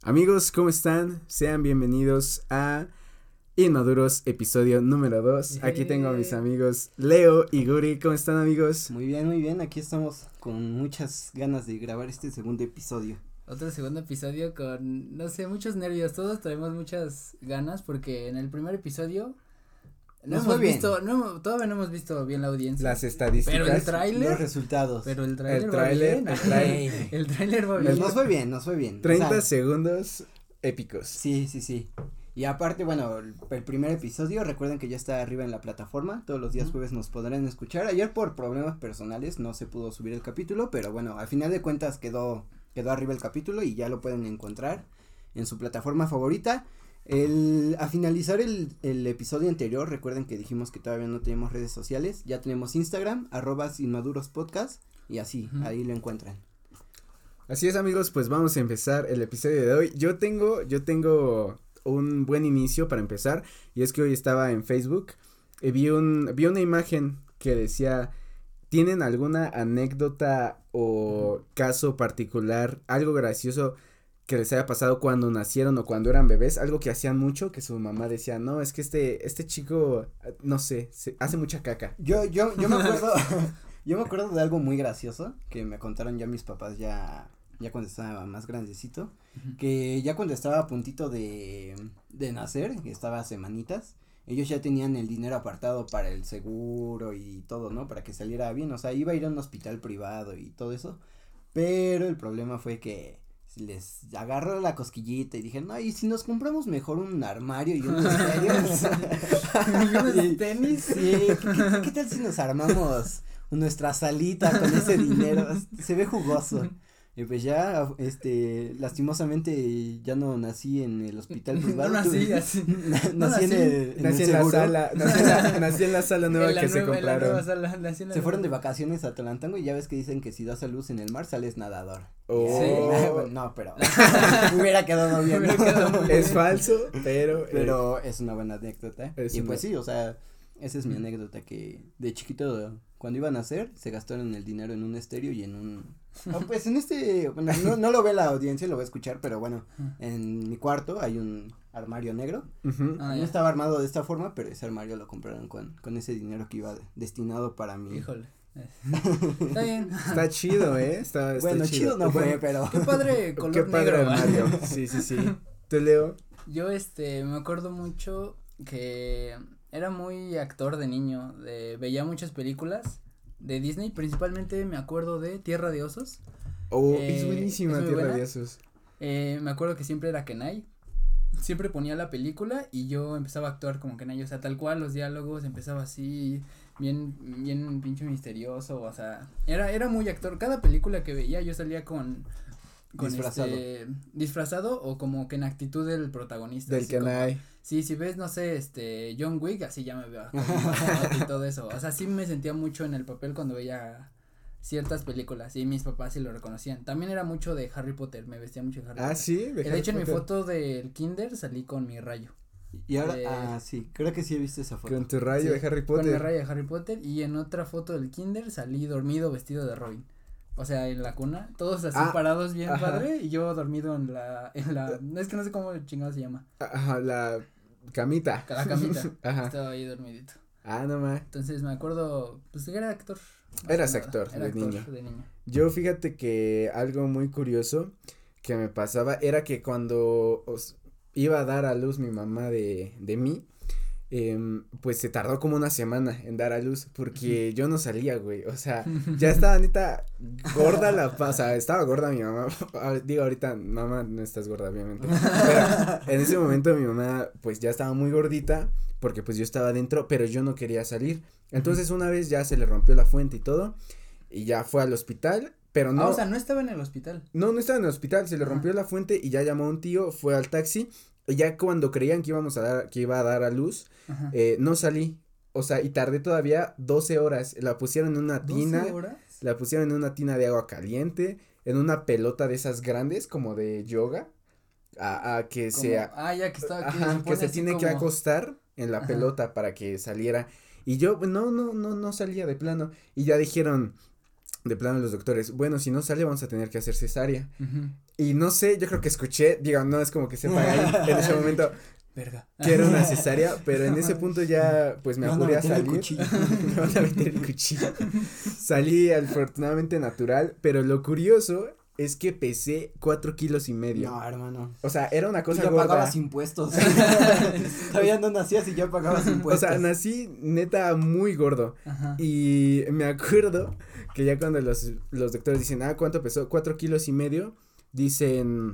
Amigos, ¿cómo están? Sean bienvenidos a Inmaduros, episodio número 2. Aquí tengo a mis amigos Leo y Guri. ¿Cómo están, amigos? Muy bien, aquí estamos con muchas ganas de grabar este segundo episodio. Otro segundo episodio con, no sé, muchos nervios, todos traemos muchas ganas porque en el primer episodio todavía no hemos visto bien la audiencia. Las estadísticas. Pero el tráiler. Los resultados. Pero el tráiler va bien. El tráiler va bien. Nos fue bien. 30 segundos épicos. Sí. Y aparte, bueno, el primer episodio, recuerden que ya está arriba en la plataforma, todos los días jueves nos podrán escuchar. Ayer por problemas personales no se pudo subir el capítulo, pero bueno, al final de cuentas quedó arriba el capítulo y ya lo pueden encontrar en su plataforma favorita. A finalizar el episodio anterior, recuerden que dijimos que todavía no tenemos redes sociales, ya tenemos Instagram, @inmadurospodcast y así, ahí lo encuentran. Así es, amigos, pues vamos a empezar el episodio de hoy. Yo tengo un buen inicio para empezar, y es que hoy estaba en Facebook y vi una imagen que decía: ¿tienen alguna anécdota o caso particular, algo gracioso que les haya pasado cuando nacieron o cuando eran bebés? Algo que hacían mucho, que su mamá decía: no, es que este chico, no sé, hace mucha caca. Yo me acuerdo, yo me acuerdo de algo muy gracioso que me contaron ya mis papás ya cuando estaba más grandecito, que ya cuando estaba a puntito de nacer, que estaba a semanitas, ellos ya tenían el dinero apartado para el seguro y todo, ¿no? Para que saliera bien, o sea, iba a ir a un hospital privado y todo eso, pero el problema fue que les agarró la cosquillita y dije: no, y si nos compramos mejor un armario y unos tenis. ¿Y unos tenis? Sí, ¿qué tal si nos armamos nuestra salita con ese dinero? Se ve jugoso. Y pues ya, lastimosamente ya no nací en el hospital privado. No nací así. Nací en la sala nueva que se compraron. Se fueron de vacaciones a Tolantango y ya ves que dicen que si das a luz en el mar sales nadador. Oh. Sí. No, pero hubiera quedado bien. Es falso, pero es una buena anécdota. Y pues sí, o sea, esa es mi anécdota, que de chiquito, cuando iba a nacer, se gastaron el dinero en un estéreo y en un, pues bueno, no lo ve la audiencia, lo va a escuchar, pero bueno, en mi cuarto hay un armario negro. No estaba armado de esta forma, pero ese armario lo compraron con ese dinero que iba destinado para mí. Híjole. Está bien. Está chido, está bueno, chido no fue, pero. Qué padre color qué padre negro. armario. Sí. ¿Tú, Leo? Yo, me acuerdo mucho que era muy actor de niño, veía muchas películas de Disney, principalmente me acuerdo de Tierra de Osos. Es buenísima Tierra de Osos. Me acuerdo que siempre era Kenai, siempre ponía la película y yo empezaba a actuar como Kenai, o sea, tal cual los diálogos, empezaba así, bien pinche misterioso, o sea, era muy actor. Cada película que veía yo salía con disfrazado o como que en actitud del protagonista. Del Kenai. Sí, si ves, no sé, John Wick, así ya me veo y todo eso, o sea, sí me sentía mucho en el papel cuando veía ciertas películas, y mis papás sí lo reconocían. También era mucho de Harry Potter, me vestía mucho de Harry Potter. Sí, de hecho en mi foto del kinder salí con mi rayo. Y ahora, sí, creo que sí he visto esa foto. Con tu rayo de Harry Potter. Con mi rayo de Harry Potter, y en otra foto del kinder salí dormido vestido de Robin. O sea, en la cuna, todos así parados bien padre, y yo dormido en la, es que no sé cómo chingado se llama. La camita. La camita. Estaba ahí dormidito. No más. Entonces me acuerdo, pues que era actor. Eras actor de niño. Yo, fíjate que algo muy curioso que me pasaba era que cuando iba a dar a luz mi mamá de mí, pues se tardó como una semana en dar a luz porque yo no salía, güey, o sea, ya estaba neta gorda o sea, estaba gorda mi mamá. Digo, ahorita, mamá, no estás gorda, obviamente, pero en ese momento mi mamá pues ya estaba muy gordita porque pues yo estaba adentro, pero yo no quería salir. Entonces una vez ya se le rompió la fuente y todo, y ya fue al hospital, pero no. O sea, no estaba en el hospital. No estaba en el hospital, se le rompió la fuente y ya llamó a un tío, fue al taxi, y ya cuando creían que iba a dar a luz, no salí, o sea, y tardé todavía 12 horas, la pusieron en una tina. ¿12 horas? La pusieron en una tina de agua caliente, en una pelota de esas grandes como de yoga, que que se tiene que acostar en la pelota para que saliera. Y yo no salía de plano, y ya dijeron, de plano los doctores, bueno, si no sale vamos a tener que hacer cesárea. Y no sé, yo creo que escuché, digo, no es como que sepa ahí en ese momento. Verga. Que era una cesárea, pero en ese punto ya, pues me apuré a salir. Me van a meter el cuchillo. Salí afortunadamente natural, pero lo curioso es que pesé 4 kilos y medio. No, hermano. O sea, era una cosa ya gorda. pagabas impuestos. Todavía no nacías y ya pagabas impuestos. O sea, nací neta muy gordo. Ajá. Y me acuerdo que ya cuando los doctores dicen, ¿cuánto pesó? 4 kilos y medio. Dicen,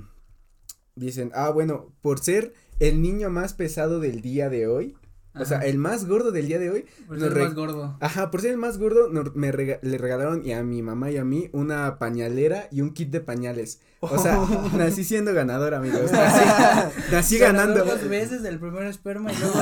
bueno, por ser el niño más pesado del día de hoy. Ajá. O sea, el más gordo del día de hoy. Por ser el más gordo. Ajá, por ser el más gordo, le regalaron y a mi mamá y a mí una pañalera y un kit de pañales. O sea, nací siendo ganador, amigos. Nací ganando. 2 veces del primer esperma y luego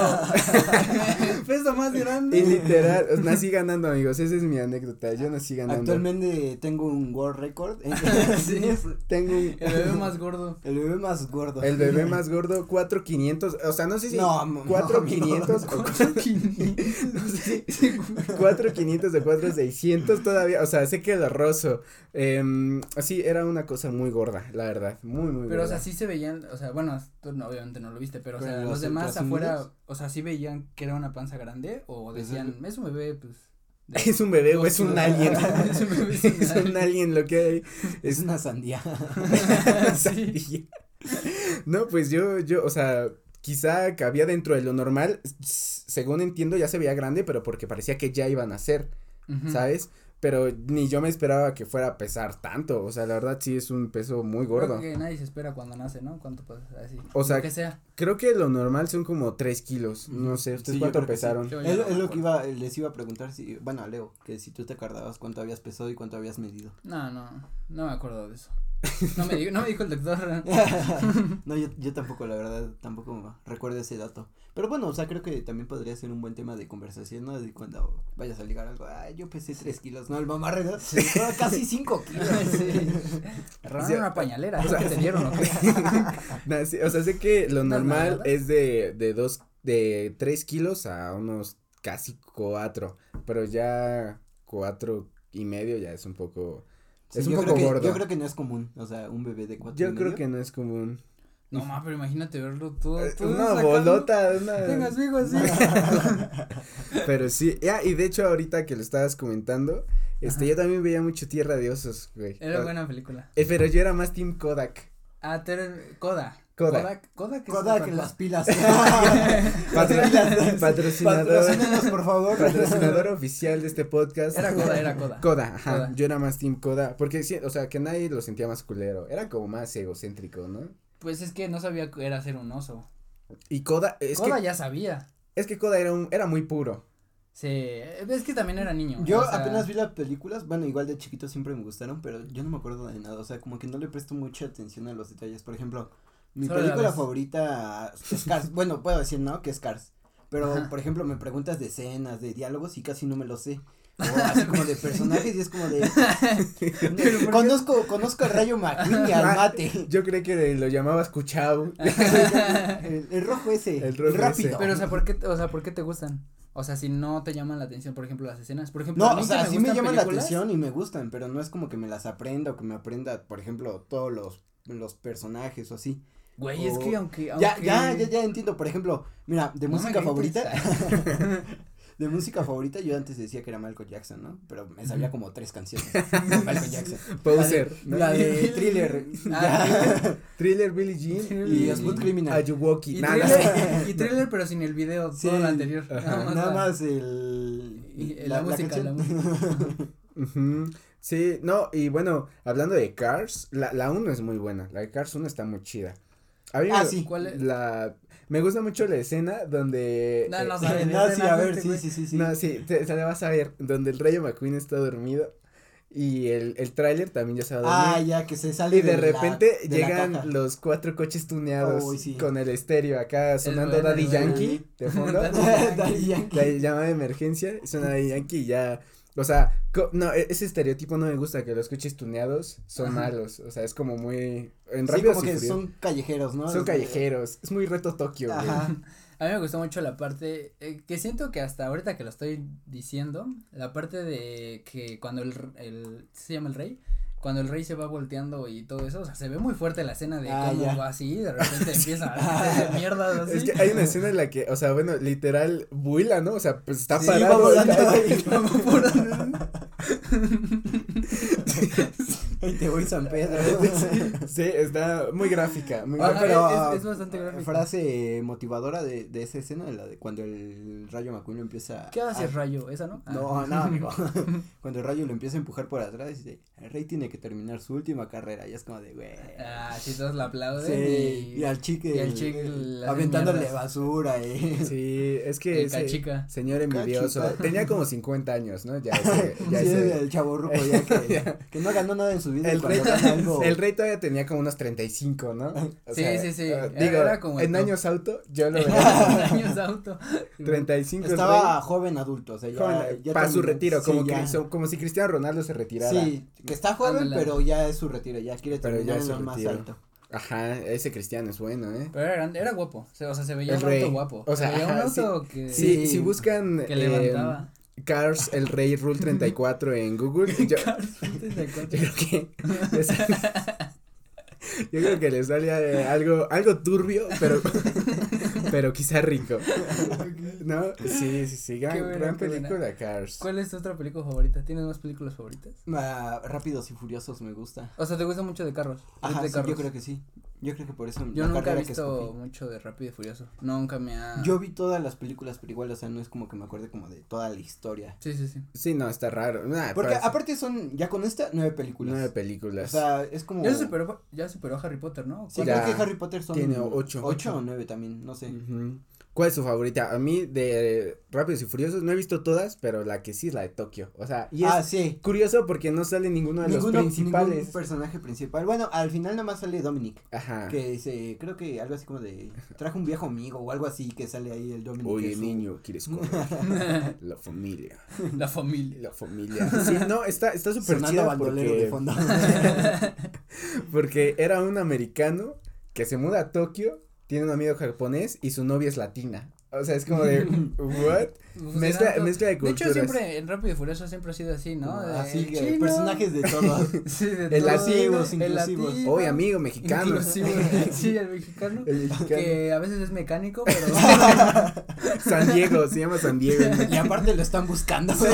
peso más grande. Y literal, nací ganando, amigos. Esa es mi anécdota. Yo nací ganando. Actualmente tengo un world record. Sí. Tengo el bebé más gordo. El bebé más gordo. El bebé más gordo, 4,500. O sea, no sé si. 4,500 o 4,500. No sé si 4,500 o 4,600 todavía. O sea, sé que lo rozo. Así era una cosa muy gorda, la verdad, muy gorda. Pero, o sea, sí se veían, o sea, bueno, tú no, obviamente no lo viste, pero, o sea, los demás afuera, o sea, sí veían que era una panza grande, o decían, es un bebé, pues. Es un bebé o es un alien. Es un alien lo que hay. Es una sandía. Sí. No, pues yo, o sea, quizá cabía dentro de lo normal, según entiendo ya se veía grande, pero porque parecía que ya iban a ser, ¿sabes? Pero ni yo me esperaba que fuera a pesar tanto, o sea, la verdad sí es un peso muy gordo. Creo que nadie se espera cuando nace, ¿no? ¿Cuánto pasa? Así. O sea, que sea. Creo que lo normal son como 3 kilos, no sé, ¿ustedes cuánto pesaron? Sí. Es lo que les iba a preguntar si, bueno, a Leo, que si tú te acordabas cuánto habías pesado y cuánto habías medido. No me acuerdo de eso. No me dijo el doctor. No, yo tampoco, la verdad, tampoco recuerdo ese dato. Pero bueno, o sea, creo que también podría ser un buen tema de conversación, ¿no? De cuando vayas a ligar algo, yo pesé 3 kilos, ¿no? El mamarre, ¿no? Sí. Casi 5 kilos. Sí. Agarraron una pañalera, o sea, que te dieron, ¿o qué? No, sí, o sea, sé que lo normal es de 3 kilos a unos casi 4, pero ya 4,5 ya es un poco, sí, es un poco gordo. Yo creo que no es común, o sea, un bebé de 4,5. Yo creo que no es común. No, pero imagínate verlo todo una bolota, tenga su hijo así. Pero sí, y de hecho ahorita que lo estabas comentando, yo también veía mucho Tierra de Osos, güey. Era buena película. Pero yo era más team Kodak. Tú eres Kodak. Kodak en las pilas. Patrocinador, por favor. Patrocinador oficial de este podcast. Era Kodak. Ajá. Yo era más team Kodak, porque sí, o sea, que nadie lo sentía más culero. Era como más egocéntrico, ¿no? Pues es que no sabía que era ser un oso. Y Kodak ya sabía. Es que Kodak era muy puro. Sí, es que también era niño. Yo apenas vi las películas, bueno, igual de chiquito siempre me gustaron, pero yo no me acuerdo de nada, o sea, como que no le presto mucha atención a los detalles. Por ejemplo, mi película favorita es Cars, bueno, puedo decir, ¿no? Que es Cars, pero, por ejemplo, me preguntas de escenas, de diálogos y casi no me lo sé. O así como de personajes y es como de conozco al Rayo McQueen y al Mate. Yo creí que lo llamabas Cuchao. el rojo ese, el rápido. Ese. Pero ¿por qué te gustan? O sea, si no te llaman la atención, por ejemplo, las escenas, por ejemplo, no, o sea, sí me llaman la atención y me gustan, pero no es como que me las aprenda o que me aprenda, por ejemplo, todos los personajes o así. Güey, es que aunque Ya entiendo, por ejemplo, mira, de música favorita. De música favorita, yo antes decía que era Michael Jackson, ¿no? Pero me sabía como 3 canciones de Michael Jackson. Poser, ¿no? La de Thriller. Thriller, Billie Jean y Smooth Criminal. Ayuwoki. Y Thriller, pero sin el video, sí, todo lo anterior. Nada más la música. Sí, no, y bueno, hablando de Cars, la 1 es muy buena, la de Cars 1 está muy chida. Sí. ¿Cuál es? Me gusta mucho la escena donde. No sabes. Sí, a ver, sí. No, sí, te la vas a ver, donde el Rayo McQueen está dormido y el tráiler también ya se va a dormir. Ya que se sale y de repente llegan los 4 coches tuneados con el estéreo acá sonando Daddy Yankee de fondo. Daddy Yankee. La llamada de emergencia, suena Daddy Yankee y ya O sea, no, ese estereotipo no me gusta, que los coches tuneados son malos, o sea, es como muy, en Rápidos como que son callejeros, ¿no? Son callejeros, es muy Reto Tokio, güey. Ajá. A mí me gustó mucho la parte, que siento que hasta ahorita que lo estoy diciendo, la parte de que cuando se llama el rey, cuando el rey se va volteando y todo eso, o sea, se ve muy fuerte la escena de cómo va así, de repente empieza a hacer mierda así. Es que hay una escena en la que, o sea, bueno, literal, vuela, ¿no? O sea, pues está sí, parado. Ahí te voy San Pedro. Sí, está muy gráfica, muy pero es bastante gráfica. Frase motivadora de esa escena, la de cuando el Rayo McQueen lo empieza. ¿Qué hace Rayo? ¿Esa no? No, amigo. Cuando el Rayo lo empieza a empujar por atrás, dice, el rey tiene que terminar su última carrera, y es como de, güey. Sí, todos la aplauden. Sí, y al chique. Aventándole basura, Sí, es que ese señor envidioso, tenía como 50 años, ¿no? Ya sí, el chavorruco ya que no ganó nada en su vida. El rey todavía tenía como unos 35, ¿no? O sea, sí. Digo, era como en años auto, yo lo veía. En años auto. 35. Estaba joven adulto, o sea, ya para su retiro, sí, como si Cristiano Ronaldo se retirara. Sí, que está joven, pero ya es su retiro, ya quiere terminar en lo más alto. Ajá, ese Cristiano es bueno, Pero era guapo, o sea, se veía el un rey. auto guapo. O sea, veía un auto que. Sí, si buscan. Que levantaba. Cars, el Rey Rule 34 en Google. Cars Rule 34. Yo creo que les sale algo turbio, pero quizá rico. ¿No? Sí, gran película, Cars. ¿Cuál es tu otra película favorita? ¿Tienes más películas favoritas? Rápidos y Furiosos me gusta. O sea, ¿te gusta mucho de carros? Ajá, sí, yo creo que sí. Yo creo que por eso. Yo nunca he visto mucho de Rápido y Furioso. Nunca me ha. Yo vi todas las películas, pero igual, o sea, no es como que me acuerde como de toda la historia. Sí. Sí, no, está raro. Porque aparte son, ya con esta, 9 películas. 9 películas. O sea, es como. Ya superó a Harry Potter, ¿no? Sí, creo que Harry Potter tiene 8. 8 o 9 también, no sé. ¿Cuál es su favorita? A mí de Rápidos y Furiosos no he visto todas, pero la que sí es la de Tokio. O sea, y es curioso porque no sale ninguno de los principales. Ningún personaje principal. Bueno, al final nada más sale Dominic. Ajá. Que dice, creo que algo así como de, trajo un viejo amigo o algo así, que sale ahí el Dominic. Oye, niño, ¿quieres comer? La familia. Sí, no, está súper chida de fondo. Porque era un americano que se muda a Tokio, tiene un amigo japonés y su novia es latina. O sea, es como de, ¿what? Mezcla de culturas. De hecho, siempre, en Rápido y Furioso siempre ha sido así, ¿no? Así que personajes de todos. Sí, de el todos. Inclusivos. Oye, amigo, mexicano. Inclusivo, sí, el mexicano. Que a veces es mecánico, pero. San Diego, se llama San Diego. Y aparte lo están buscando. Sí.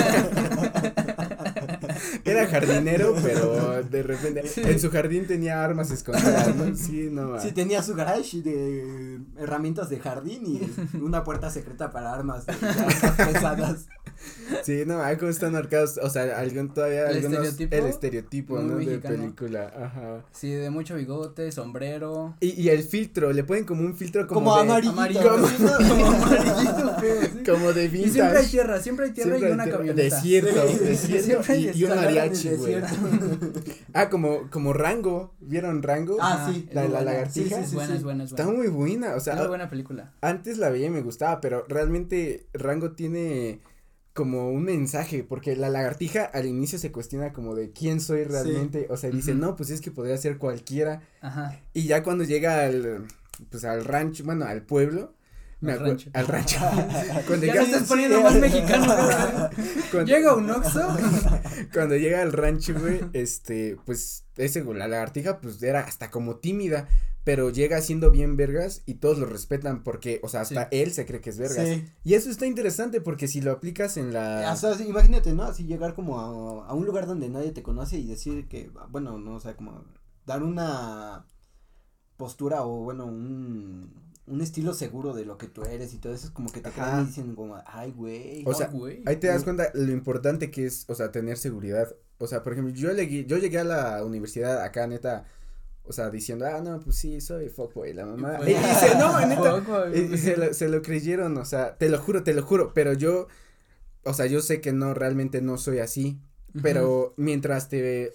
Era jardinero, pero de repente en su jardín tenía armas escondidas, ¿no? Sí, no. Sí, tenía su garage de herramientas de jardín y una puerta secreta para armas pesadas. Sí, no, algo están marcados, o sea, el estereotipo, ¿no? Mexicano. De película, ajá. Sí, de mucho bigote, sombrero. Y el filtro, le ponen como un filtro como amarillito. Como amarillito, sí. Como de vintage. Y siempre hay tierra y una camioneta. Desierto y un mariachi, güey. Como Rango, ¿vieron Rango? Sí. La lagartija. Sí. Buena. Está muy buena, o sea. Es una buena película. Antes la veía y me gustaba, pero realmente Rango tiene como un mensaje, porque la lagartija al inicio se cuestiona como de quién soy realmente, o sea, dice, no, pues es que podría ser cualquiera. Ajá. Y ya cuando llega al rancho, bueno, al pueblo, al rancho. Cuando ya estás poniendo más mexicano. Llega un Oxxo. Cuando llega al rancho, güey, pues, la lagartija, pues, era hasta como tímida, pero llega siendo bien vergas y todos lo respetan porque, o sea, hasta él se cree que es vergas. Sí. Y eso está interesante porque si lo aplicas en la. O sea, imagínate, ¿no? Así llegar como a un lugar donde nadie te conoce y decir que, bueno, no, o sea, como dar una postura o, bueno, un estilo seguro de lo que tú eres y todo eso es como que te quedan y dicen como, ay, güey. O sea, ahí te das cuenta lo importante que es, o sea, tener seguridad. O sea, por ejemplo, yo llegué a la universidad acá, neta, o sea, diciendo, no, pues sí, soy fuckboy, la mamá. Y dice, no, neta, se lo creyeron, o sea, te lo juro, pero yo, o sea, yo sé que realmente no soy así, pero mientras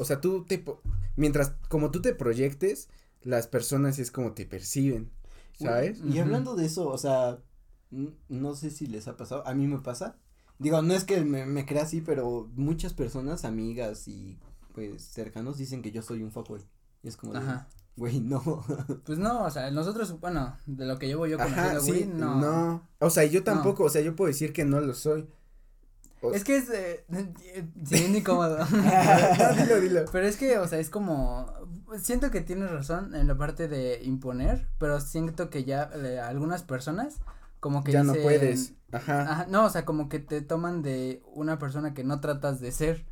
como tú te proyectes, las personas es como te perciben. ¿Sabes? Y hablando de eso, o sea, no sé si les ha pasado, a mí me pasa, Digo, no es que me crea así, pero muchas personas, amigas y pues cercanos dicen que yo soy un fuckboy. Y es como Ajá. Güey, no. Pues no, o sea, nosotros, bueno, de lo que llevo yo conociendo, güey, no. No, o sea, yo tampoco, o sea, yo puedo decir que no lo soy. Es que es, sí, incómodo. No, dilo. Pero es que, o sea, es como, siento que tienes razón en la parte de imponer, pero siento que ya algunas personas como que ya dicen, no puedes, ajá. no, o sea, como que te toman de una persona que no tratas de ser,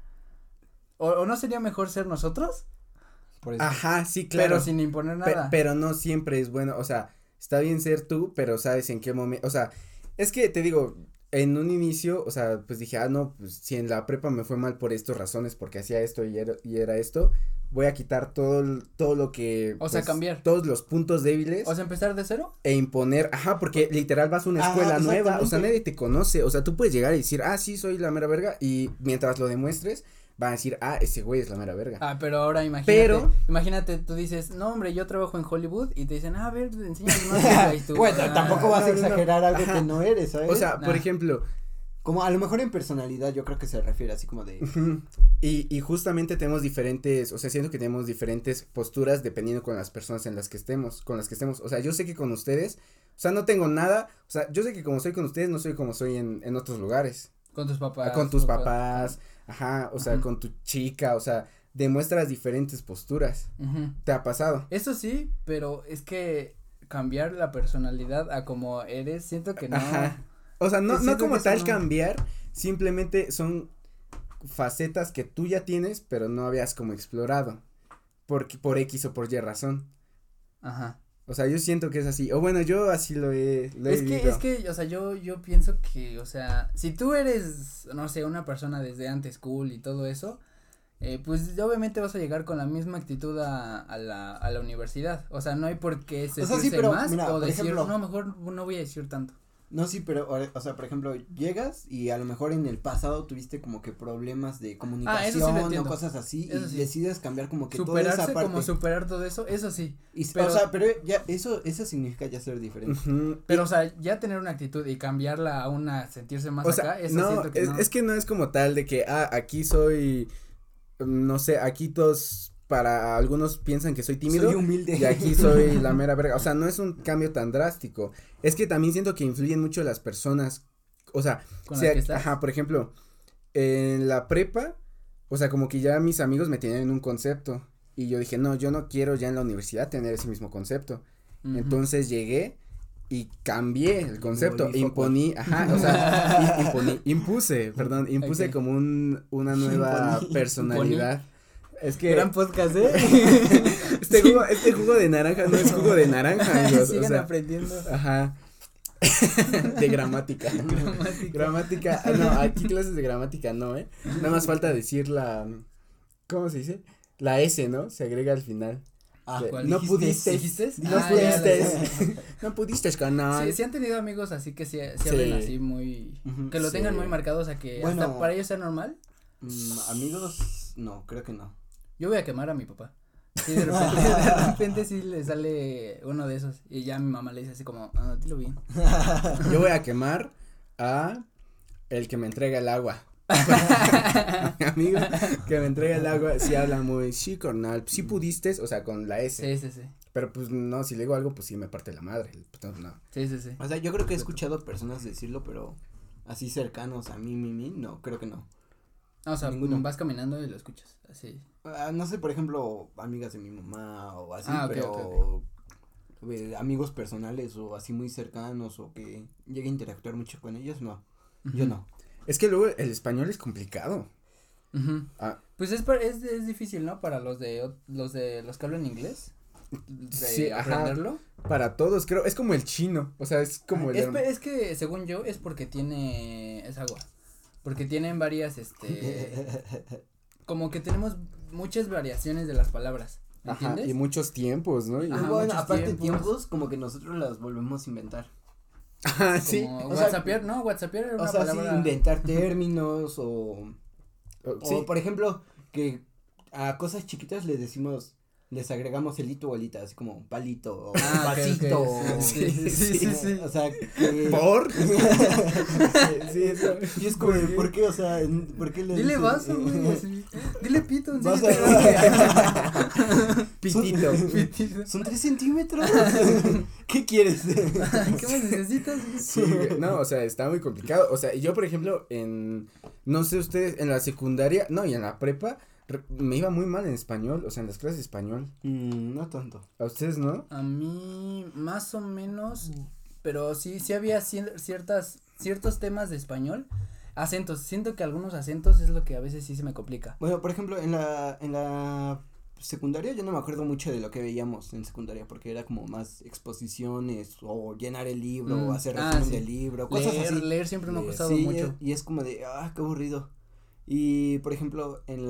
o no sería mejor ser nosotros. Por eso. Ajá, sí, claro. Pero sin imponer nada. Pero no siempre es bueno, o sea, está bien ser tú, pero sabes en qué momento, o sea, es que te digo, en un inicio, o sea, pues dije, no, pues si en la prepa me fue mal por estas razones, porque hacía esto y era esto, voy a quitar todo lo que. O sea, cambiar. Todos los puntos débiles. O sea, empezar de cero. E imponer, porque literal vas a una escuela nueva, o sea, nadie te conoce, o sea, tú puedes llegar y decir, sí, soy la mera verga, y mientras lo demuestres, van a decir, ese güey es la mera verga. Pero ahora imagínate, tú dices, no, hombre, yo trabajo en Hollywood, y te dicen, a ver, enséñame más. Y tú, bueno, tampoco vas a exagerar algo que no eres, ¿sabes? O sea, por ejemplo. Como a lo mejor en personalidad yo creo que se refiere así como de. Y justamente tenemos diferentes, o sea, siento que tenemos diferentes posturas dependiendo con las personas con las que estemos, o sea, yo sé que con ustedes, o sea, no tengo nada, o sea, yo sé que como soy con ustedes, no soy como soy en otros lugares. Con tus papás. Con tus papás, o sea, con tu chica, o sea, demuestras diferentes posturas. ¿Te ha pasado? Eso sí, pero es que cambiar la personalidad a como eres, siento que no. O sea, no como tal cambiar, simplemente son facetas que tú ya tienes, pero no habías como explorado, por X o por Y razón. Ajá. O sea, yo siento que es así, o bueno, yo así lo he vivido. Es que, o sea, yo pienso que, o sea, si tú eres, no sé, una persona desde antes cool y todo eso, pues obviamente vas a llegar con la misma actitud a la universidad, o sea, no hay por qué sentirse más, mira, o decir, ejemplo, no, mejor no voy a decir tanto. No, sí, pero, o sea, por ejemplo, llegas y a lo mejor en el pasado tuviste como que problemas de comunicación o cosas así y decides cambiar como que toda esa parte. Como superar todo eso sí. Pero, o sea, pero ya eso significa ya ser diferente. Pero, o sea, ya tener una actitud y cambiarla a una sentirse más acá, eso siento que no. Es que no es como tal de que, aquí soy, no sé, aquí todos. Para algunos piensan que soy tímido. Soy humilde. Y aquí soy la mera verga. O sea, no es un cambio tan drástico. Es que también siento que influyen mucho las personas. O sea, por ejemplo, en la prepa, o sea, como que ya mis amigos me tenían en un concepto. Y yo dije, no, yo no quiero ya en la universidad tener ese mismo concepto. Entonces llegué y cambié el concepto. Impuse como una nueva personalidad. Es que. Gran podcast, Este jugo de naranja no es jugo de naranja, amigos. Sigan aprendiendo. Ajá. De gramática. Gramática. No, aquí clases de gramática no, Nada más falta decir ¿cómo se dice? La S, ¿no? Se agrega al final. No pudiste. No pudiste, canal. Sí han tenido amigos así que sí hablen así muy. Que lo tengan muy marcado, o sea que hasta para ellos sea normal. Amigos, no, creo que no. Yo voy a quemar a mi papá. Sí, de repente sí le sale uno de esos y ya mi mamá le dice así como, dilo bien. Yo voy a quemar a el que me entrega el agua. Mi amigo que me entrega el agua, sí habla muy, sí, carnal, sí pudiste, o sea, con la S. Sí. Pero pues no, si le digo algo, pues sí me parte la madre, no. Sí. O sea, yo creo que he escuchado personas decirlo, pero así cercanos a mí, no, creo que no. O sea, vas caminando y lo escuchas, así. No sé, por ejemplo, amigas de mi mamá o así, pero okay. Amigos personales o así muy cercanos o que llegue a interactuar mucho con ellos, no, yo no. Es que luego el español es complicado. Pues es difícil, ¿no? Para los que hablan inglés. Sí, aprenderlo. Para todos, creo, es como el chino, o sea, es como es que según yo es porque es agua. Porque tienen varias, como que tenemos muchas variaciones de las palabras, ¿entiendes? Y muchos tiempos, ¿no? Bueno, aparte tiempos, como que nosotros las volvemos a inventar. Sí. WhatsAppear, ¿no? WhatsAppear era una palabra. Sí, inventar términos o por ejemplo, que a cosas chiquitas le decimos les agregamos el hito o bolita, así como palito o pasito. Okay. Sí. O sea, que. ¿Por? Sí, eso. Y es como, ¿por qué? O sea, ¿por qué le dile dices, vaso, güey, así. Dile pito, en Vas serio. Pitito. Son 3 centímetros. ¿Qué quieres? ¿Qué más necesitas? Sí, no, o sea, está muy complicado. O sea, yo, por ejemplo, no sé ustedes, en la secundaria, no, y en la prepa, me iba muy mal en español, o sea, en las clases de español. No tanto. ¿A ustedes no? A mí, más o menos, pero sí había ciertos temas de español, acentos, siento que algunos acentos es lo que a veces sí se me complica. Bueno, por ejemplo, en la secundaria yo no me acuerdo mucho de lo que veíamos en secundaria porque era como más exposiciones o llenar el libro o hacer resumen del libro, cosas así. Leer siempre me ha costado sí, mucho. Y es como de, qué aburrido. Y por ejemplo, en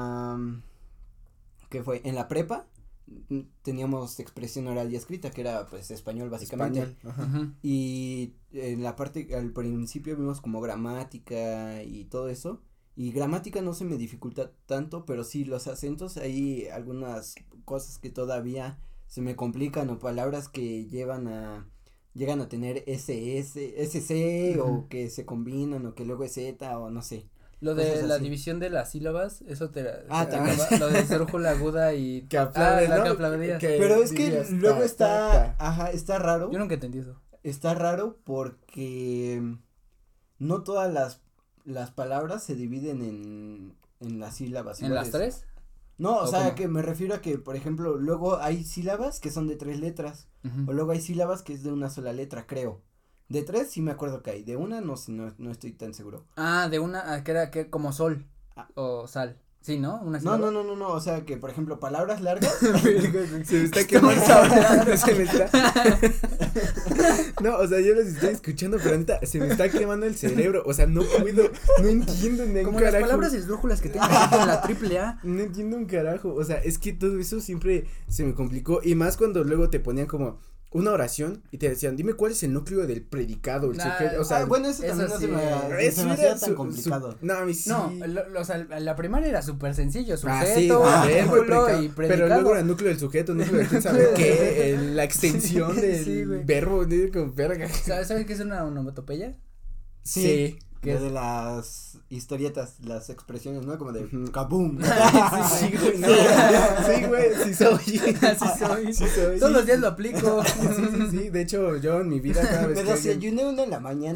la prepa teníamos expresión oral y escrita que era pues español básicamente. Y en la parte al principio vimos como gramática y todo eso. Y gramática no se me dificulta tanto, pero sí los acentos, hay algunas cosas que todavía se me complican o palabras que llegan a tener SC o que se combinan o que luego es Z o no sé. Lo de la división de las sílabas, eso también. Lo de esdrújula aguda y que aplaude, ¿no? que aplaudías. Pero es que luego está raro. Yo nunca entendí eso. Está raro porque no todas las palabras se dividen en las sílabas. ¿En las 3? No, o sea, ¿cómo? que me refiero a que, por ejemplo, luego hay sílabas que son de 3 letras, o luego hay sílabas que es de una sola letra, creo. De 3 sí me acuerdo que hay, de una no sé, no estoy tan seguro. De una, que era como sol, o sal, sí, ¿no? Una sílaba. No, o sea, que, por ejemplo, palabras largas. Se me está quemando, se me está. No, o sea, yo los estoy escuchando, pero ahorita se me está quemando el cerebro, o sea, no entiendo ni un como carajo. Las palabras esdrújulas que tengo aquí con la AAA. No entiendo un carajo, o sea, es que todo eso siempre se me complicó, y más cuando luego te ponían como una oración y te decían, dime cuál es el núcleo del predicado, el sujeto, o sea. Bueno, eso también no se me hacía tan complicado. No, a mí sí. No, o sea, la primaria era súper sencillo, sujeto, artículo y predicado. Pero luego el núcleo del sujeto, núcleo de quién sabe qué, la extensión del verbo, con verga. ¿Sabes qué es una onomatopeya? Sí. Que de las historietas, las expresiones, ¿no? Como de kaboom. Sí, güey, no. Sí, güey, sí soy. Todos los días lo aplico. Sí, de hecho, yo en mi vida cada vez me desayuné uno en la mañana.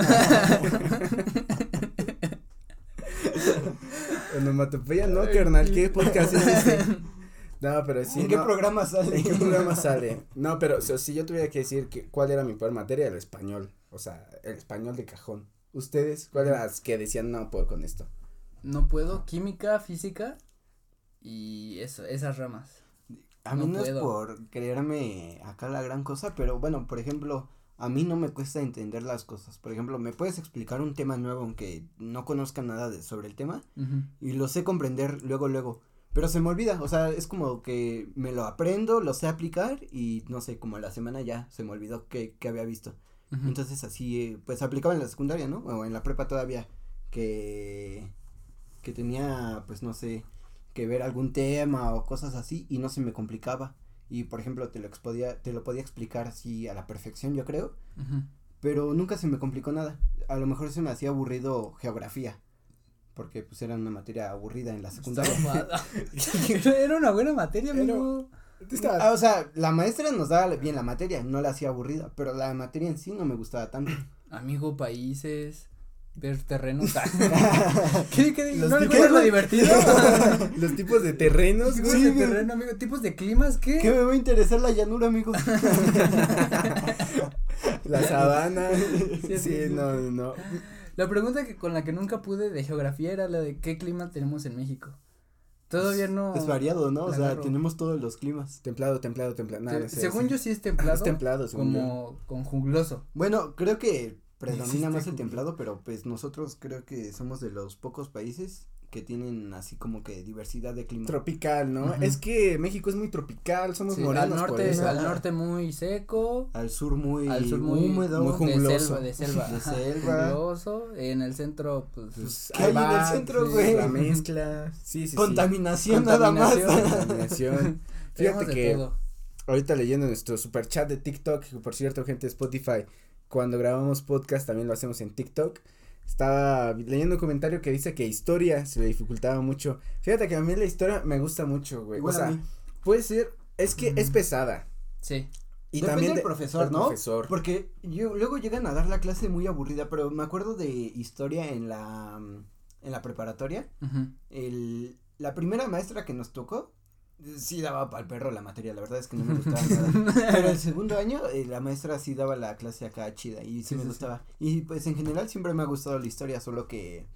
Onomatopeya, no, carnal, ¿qué podcast es este? No, pero sí. ¿En qué programa sale? ¿En qué programa sale? No, pero si yo tuviera que decir cuál era mi peor materia, el español, o sea, el español de cajón. ¿Ustedes cuáles eran las que decían no puedo con esto? No puedo, química, física y esas ramas. A mí no es por creerme acá la gran cosa, pero bueno, por ejemplo, a mí no me cuesta entender las cosas. Por ejemplo, ¿me puedes explicar un tema nuevo aunque no conozca nada sobre el tema? Y lo sé comprender luego, pero se me olvida, o sea, es como que me lo aprendo, lo sé aplicar y no sé, como a la semana ya se me olvidó que había visto. Entonces así, pues aplicaba en la secundaria, ¿no? O en la prepa todavía, que tenía, pues no sé, que ver algún tema o cosas así y no se me complicaba. Y por ejemplo, te lo podía explicar así a la perfección, yo creo, pero nunca se me complicó nada. A lo mejor se me hacía aburrido geografía, porque pues era una materia aburrida en la secundaria. Era una buena materia, amigo. O sea, la maestra nos daba bien la materia, no la hacía aburrida, pero la materia en sí no me gustaba tanto. Amigo, países, ver terrenos. ¿Qué? ¿No es lo divertido? Los tipos de terrenos, tipos de terreno, amigo, tipos de climas, ¿qué? ¿Qué me va a interesar la llanura, amigo? La sabana. Sí, no. La pregunta con la que nunca pude de geografía era la de ¿qué clima tenemos en México? Todavía no. Es variado, ¿no? O sea, tenemos todos los climas. Templado. Nada, según yo sí es templado. Es templado, según como con jungloso. Bueno, creo que predomina más el templado, pero pues nosotros creo que somos de los pocos países que tienen así como que diversidad de clima. Tropical, ¿no? Es que México es muy tropical, somos morenos por eso. Al norte muy seco. Al sur muy húmedo. Muy jungloso. De selva. Jungloso. En el centro, pues ¿qué hay en el centro, güey? La mezcla. Sí. Contaminación nada más. Contaminación. Fíjate que todo. Ahorita leyendo nuestro super chat de TikTok, que por cierto, gente de Spotify, cuando grabamos podcast también lo hacemos en TikTok. Estaba leyendo un comentario que dice que historia se le dificultaba mucho. Fíjate que a mí la historia me gusta mucho, güey. O sea, puede ser, es que es pesada. Sí. Y depende también del profesor, ¿no? Porque luego llegan a dar la clase muy aburrida, pero me acuerdo de historia en la preparatoria. La primera maestra que nos tocó, sí daba pa'l perro la materia, la verdad es que no me gustaba nada. Pero el segundo año, la maestra sí daba la clase acá chida y sí me gustaba. Y pues en general siempre me ha gustado la historia, solo que,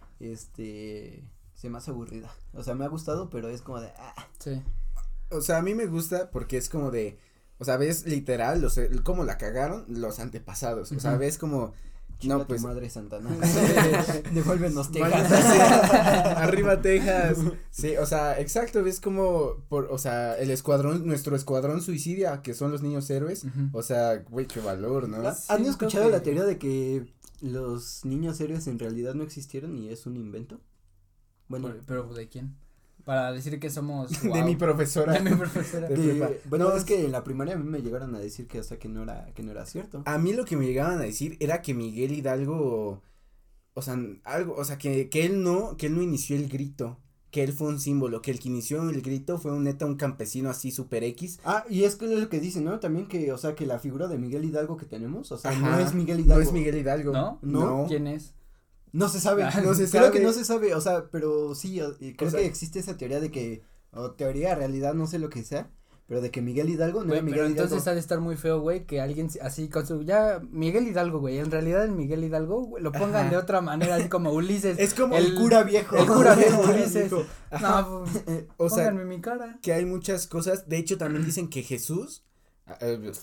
se me hace aburrida. O sea, me ha gustado, pero es como de, Sí. O sea, a mí me gusta porque es como de, o sea, ves literal, cómo la cagaron los antepasados, o sea, ves como. No, pues. Madre Santana. Devuélvenos Texas. Arriba Texas. Sí, o sea, exacto, ves como o sea, nuestro escuadrón suicida, que son los niños héroes, o sea, güey, qué valor, ¿no? ¿Han escuchado la teoría de que los niños héroes en realidad no existieron y es un invento? Bueno, pero ¿de quién? Para decir que somos wow. De mi profesora. Bueno, es que en la primaria a mí me llegaron a decir que, o sea, que no era cierto. A mí lo que me llegaban a decir era que Miguel Hidalgo, o sea, que él no inició el grito, que él fue un símbolo, que el que inició el grito fue un campesino así super X. Y es que es lo que dice, ¿no? También que, o sea, que la figura de Miguel Hidalgo que tenemos, o sea, no es Miguel Hidalgo. No es Miguel Hidalgo. ¿No? ¿Quién es? No se sabe, creo que no se sabe, o sea, pero sí, creo que existe esa teoría de que, teoría, realidad, no sé lo que sea, pero de que Miguel Hidalgo no era Miguel Hidalgo. Entonces ha de estar muy feo, güey, que alguien así con Miguel Hidalgo, güey, en realidad el Miguel Hidalgo, güey, lo pongan de otra manera, así como Ulises. Es como el cura viejo. El cura viejo, Ulises. No, pónganme mi cara. Que hay muchas cosas, de hecho también dicen que Jesús, pero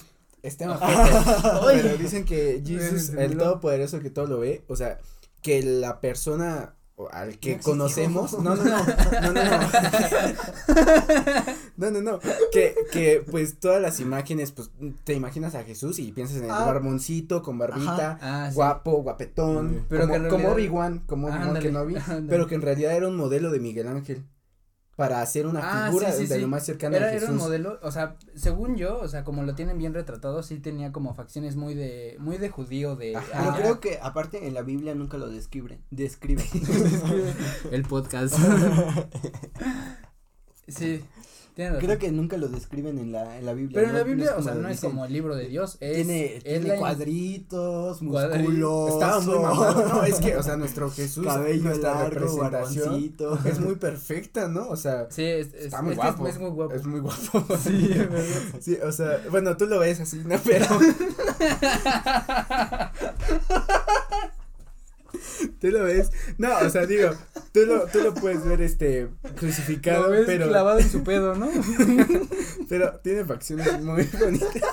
dicen que Jesús, el todopoderoso que todo lo ve, o sea, que la persona al que conocemos, no, que pues todas las imágenes, pues te imaginas a Jesús y piensas en el barboncito con barbita, guapo, guapetón, pero como Obi-Wan, Kenobi, pero que en realidad era un modelo de Miguel Ángel. Para hacer una figura de lo más cercano a Jesús. Era un modelo, o sea, según yo, o sea, como lo tienen bien retratado, sí tenía como facciones muy de judío, pero creo que aparte en la Biblia nunca lo describe. El podcast. Sí. Creo que nunca lo describen en la Biblia. Pero en la Biblia, o sea, no es como el libro de Dios, tiene cuadritos, musculoso. Estaba muy mamado, no, es que, o sea, nuestro Jesús, cabello largo, barboncito. Es muy perfecta, ¿no? O sea, sí, está muy guapo. Es muy guapo. Es muy guapo. Sí, es verdad. Sí, o sea, bueno, tú lo ves así, ¿no? Pero. Tú lo ves, no, o sea, digo, tú lo puedes ver crucificado, lo ves pero clavado en su pedo, ¿no? Pero tiene facciones muy bonitas.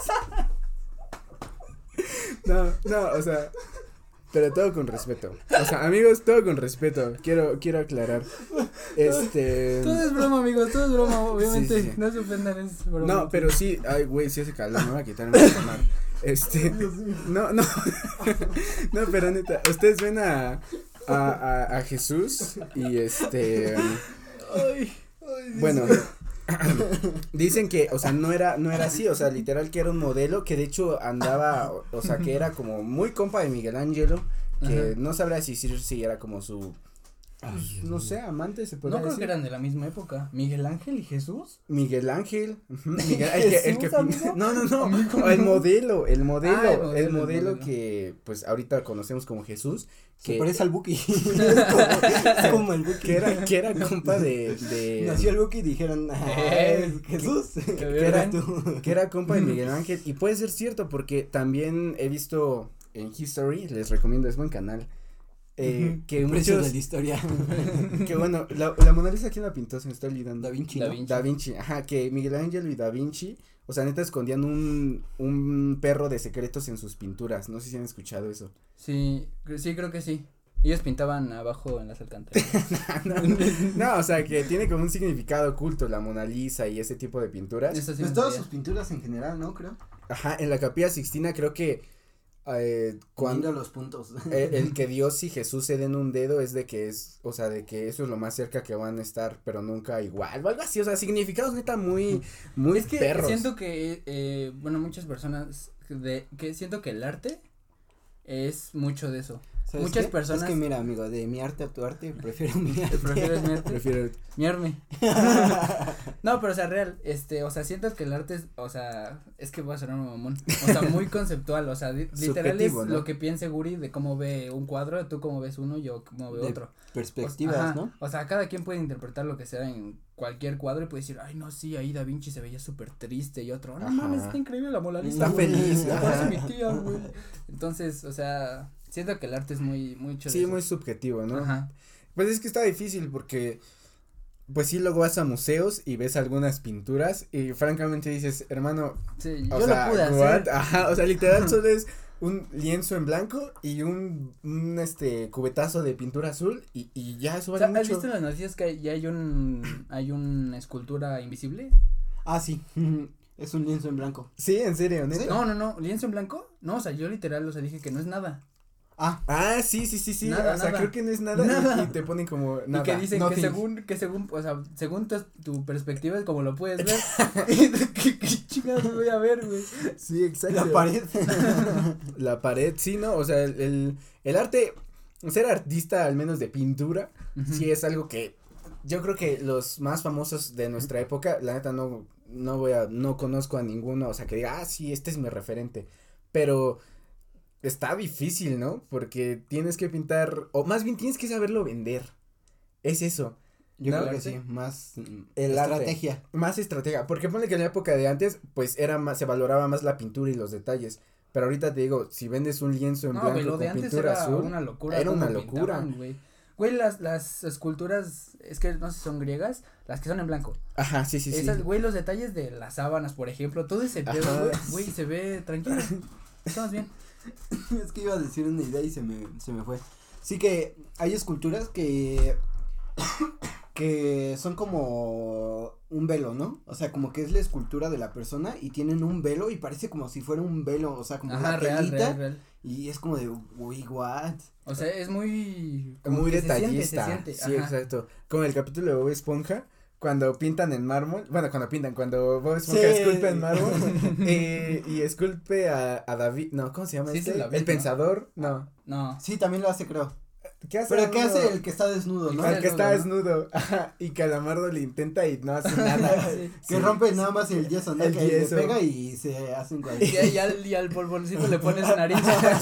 No, o sea, pero todo con respeto. O sea, amigos, todo con respeto. Quiero aclarar. Todo es broma, amigos, todo es broma, obviamente. Sí. No se ofendan, es broma. No, pero sí, ay, güey, sí hace calor, me voy a quitarme el tomar. No, pero neta, ustedes ven a Jesús y bueno, dicen que, o sea, no era así, o sea, literal que era un modelo que de hecho andaba, o sea, que era como muy compa de Miguel Ángelo, que no sabrá si era como su, pues, no sé, amante se puede decir. No creo que eran de la misma época. ¿Miguel Ángel y Jesús? Miguel Ángel, el que no, el modelo que pues ahorita conocemos como Jesús, que se parece al Buki. Es como el Buki. Que era compa de nació el Buki y dijeron, Jesús, que era compa de Miguel Ángel, y puede ser cierto porque también he visto en History, les recomiendo, es buen canal. Que muchos de la historia. Que bueno, la Mona Lisa, ¿quién la pintó? Se me está olvidando. Da Vinci, ajá, que Miguel Ángel y Da Vinci, o sea, neta escondían un perro de secretos en sus pinturas, no sé si han escuchado eso. Sí, creo que sí. Ellos pintaban abajo en las alcantarillas. No, o sea, que tiene como un significado oculto la Mona Lisa y ese tipo de pinturas. Pues todas sus pinturas en general, ¿no? Creo. Ajá, en la Capilla Sixtina creo que Cuando los puntos. El que Dios y Jesús se den un dedo es de que o sea, de que eso es lo más cerca que van a estar, pero nunca igual, o algo así, o sea, significados neta muy es que perros. Siento que, bueno, muchas personas que siento que el arte es mucho de eso. Muchas personas. Es que mira, amigo, de mi arte a tu arte, prefiero mi arte. ¿Prefieres mi arte? Prefiero Miarme. No, pero o sea, real, o sea, siento que el arte es, o sea, es que voy a sonar un mamón, o sea, muy conceptual, o sea, literal es, ¿no?, lo que piense Guri de cómo ve un cuadro, tú cómo ves uno, yo cómo veo otro. Perspectivas, ¿no? O sea, cada quien puede interpretar lo que sea en cualquier cuadro y puede decir, ay, no, sí, ahí Da Vinci se veía súper triste y otro, no mames, está increíble la Mona Lisa. Está feliz. Parece mi tía, güey. Entonces, o sea, siento que el arte es muy sí, muy subjetivo, ¿no? Ajá. Pues es que está difícil porque, pues sí, luego vas a museos y ves algunas pinturas y francamente dices, hermano, sí, o yo sea, lo pude hacer. Ajá, o sea, literal solo es un lienzo en blanco y un cubetazo de pintura azul y ya eso vale mucho. ¿Has visto en las noticias que ya hay una escultura invisible? Ah, sí. Es un lienzo en blanco. Sí, en serio, ¿neta? No, lienzo en blanco, no, o sea, yo literal, o sea, dije que no es nada. Sí, nada, o sea, creo que no es nada. Y te ponen como nada. Y que dicen que según, o sea, según tu perspectiva es como lo puedes ver. ¿Qué chingados voy a ver, güey? Sí, exacto. La pared. La pared, sí, ¿no? O sea, el arte, ser artista, al menos de pintura, sí es algo que yo creo que los más famosos de nuestra época, la neta no conozco a ninguno, o sea, que diga, sí, este es mi referente, pero está difícil, ¿no? Porque tienes que pintar, o más bien tienes que saberlo vender, es eso. Yo creo que sí, más estrategia. Arte, más estrategia, porque ponle que en la época de antes, pues se valoraba más la pintura y los detalles, pero ahorita te digo, si vendes un lienzo en blanco con pintura azul, una locura. Era una locura. Güey, las esculturas, es que no sé si son griegas, las que son en blanco. Ajá, sí. Esas, güey, los detalles de las sábanas, por ejemplo, todo ese pedo, güey, se ve tranquilo. Estamos bien. Es que iba a decir una idea y se me fue. Sí que hay esculturas que son como un velo, ¿no? O sea, como que es la escultura de la persona y tienen un velo y parece como si fuera un velo, o sea, como una telita. Real. Y es como de, uy, what. O sea, es muy detallista. Se siente. Sí, exacto. Como el capítulo de Bob Esponja, cuando pintan en mármol, cuando Bob Esponja esculpe en mármol, y esculpe a David, no, ¿cómo se llama el pensador, no. Sí, también lo hace, creo. ¿Qué hace? Pero ¿qué hace el que está desnudo, no? El que está desnudo, ajá, y Calamardo le intenta y no hace nada. Que rompe nada más el yeso, ¿no? Que le pega y se hacen cualquier. Y al polvoncito le pones nariz.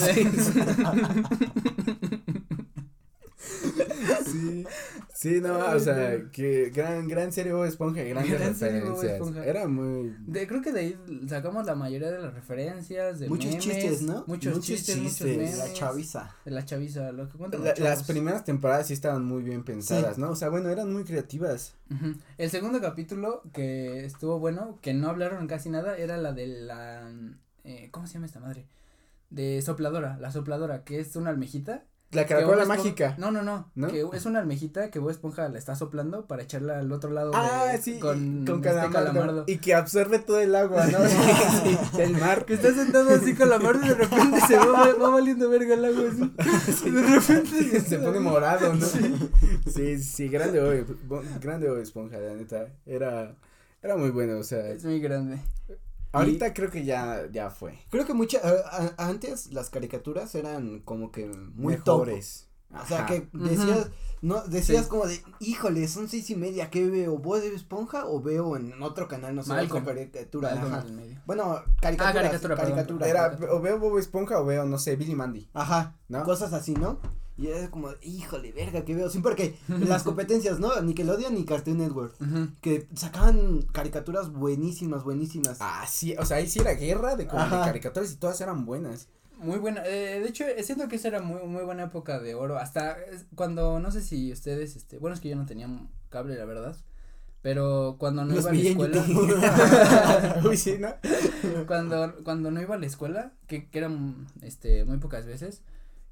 Sí, no, o sea, que gran serie Bob Esponja, grandes referencias. Era muy. Creo que de ahí sacamos la mayoría de las referencias, de muchos memes, chistes, ¿no? Muchos chistes, muchos memes. De la chaviza, lo que cuentan las primeras temporadas sí estaban muy bien pensadas, ¿no? O sea, bueno, eran muy creativas. El segundo capítulo que estuvo bueno, que no hablaron casi nada, era la de la, ¿cómo se llama esta madre? De la sopladora, que es una almejita. La caracola mágica. No, que es una almejita que Bob Esponja la está soplando para echarla al otro lado. Sí, con Calamardo. Y que absorbe todo el agua, ¿no? El mar. Que está sentado así Calamardo y de repente se va valiendo verga el agua así. De repente se pone morado, ¿no? Sí, grande Bob Esponja, la neta. Era muy bueno, o sea. Es muy grande. Ahorita creo que ya fue. Creo que antes las caricaturas eran como que muy mejores. Top. O sea, que decías como de, híjole, son 6:30, ¿qué veo? ¿Bob Esponja o veo en otro canal, no sé, caricatura? Bueno, caricatura. Era, o veo Bob Esponja o veo, no sé, Billy Mandy. Ajá, ¿no? Cosas así, ¿no? Y es como, híjole, verga, ¿qué veo? Sí, porque las competencias, ¿no? Nickelodeon y Cartoon Network, que sacaban caricaturas buenísimas. Sí, o sea, ahí sí era guerra de caricaturas y todas eran buenas. Muy buena, de hecho, siento que esa era muy buena época de oro, hasta cuando, no sé si ustedes, bueno, es que yo no tenía cable, la verdad, pero cuando no iba a la escuela. Uy, sí, ¿no? Cuando no iba a la escuela, que eran, muy pocas veces,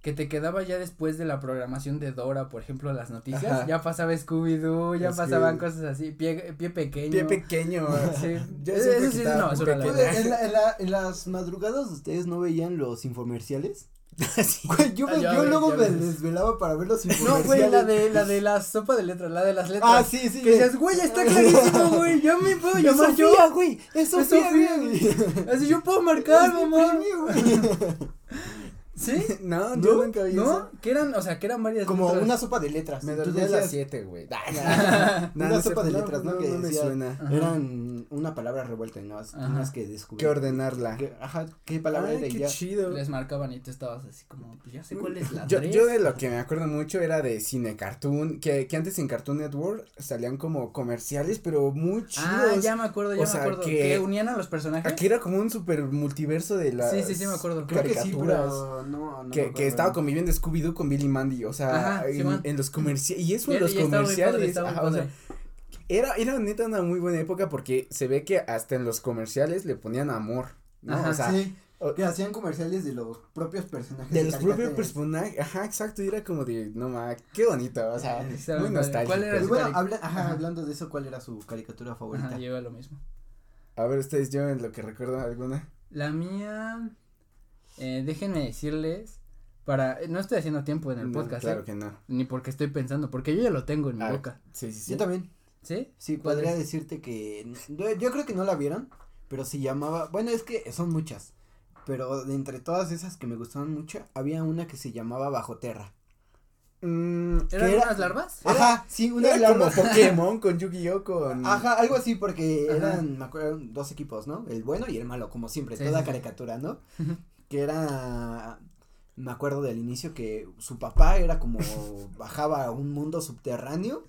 que te quedaba ya después de la programación de Dora, por ejemplo, las noticias, ya pasaba Scooby-Doo, ya pasaban cosas así, pie pequeño. Pie pequeño, sí. Yo siempre sí es una basura, la verdad. En las madrugadas, ¿ustedes no veían los infomerciales? Sí. Güey, yo luego me desvelaba para ver los infomerciales. No, güey, la de la sopa de letras, la de las letras. Ah, sí. Que decías, güey, está clarísimo, güey, ya me puedo llamar Sofía, yo. Güey, es Sofía, güey. Así yo puedo marcar, mamá. ¿Sí? No, yo nunca vi eso. Que eran varias como letras. Una sopa de letras. Me dormí a las 7, güey. Una sopa de letras, ¿no? Que no me suena. Eran una palabra revuelta y no tenías que descubrir. Que ordenarla. ¿Qué palabra era? Qué ya chido. Les marcaban y tú estabas así como, pues ya sé cuál es la yo de lo que me acuerdo mucho era de Cine Cartoon, que antes en Cartoon Network salían como comerciales, pero muy chidos. Ah, ya me acuerdo, que unían a los personajes. Aquí era como un super multiverso de las Sí, me acuerdo. Creo que sí, pero que estaba conviviendo Scooby-Doo con Billy Mandy, o sea, en los comerciales, y eso en los comerciales, o sea, era neta una muy buena época porque se ve que hasta en los comerciales le ponían amor, ¿no? Ajá, o sea, sí, que hacían comerciales de los propios personajes. De los propios personajes, exacto, y era como de, no ma, qué bonito, o sea, muy nostálgico. ¿Cuál era hablando de eso, ¿cuál era su caricatura favorita? Ajá, lleva lo mismo. A ver, ustedes, yo en lo que recuerdo alguna. La mía, déjenme decirles, no estoy haciendo tiempo en el podcast. Claro que no. Ni porque estoy pensando, porque yo ya lo tengo en mi boca. Sí. Yo también. ¿Sí? Sí, podría decirte que, yo creo que no la vieron, pero se llamaba, bueno, es que son muchas, pero de entre todas esas que me gustaban mucho, había una que se llamaba Bajo Terra. ¿Eran unas larvas? Ajá, sí, unas larvas. Como Pokémon con Yu-Gi-Oh con. Ajá, algo así, porque eran, me acuerdo, dos equipos, ¿no? El bueno y el malo, como siempre, toda caricatura, ¿no? Que era, me acuerdo del inicio que su papá era como, bajaba a un mundo subterráneo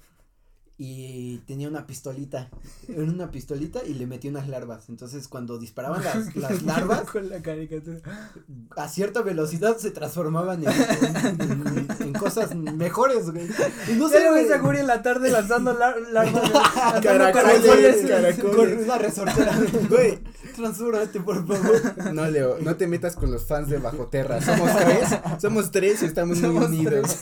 y tenía una pistolita y le metió unas larvas, entonces cuando disparaban las larvas con la caricatura a cierta velocidad se transformaban en cosas mejores, güey. Y no sé, güey, se en la tarde lanzando larvas caracoles con una resortera. Güey, transfórmate, por favor. No, Leo, no te metas con los fans de Bajo Terra, somos tres y estamos muy unidos.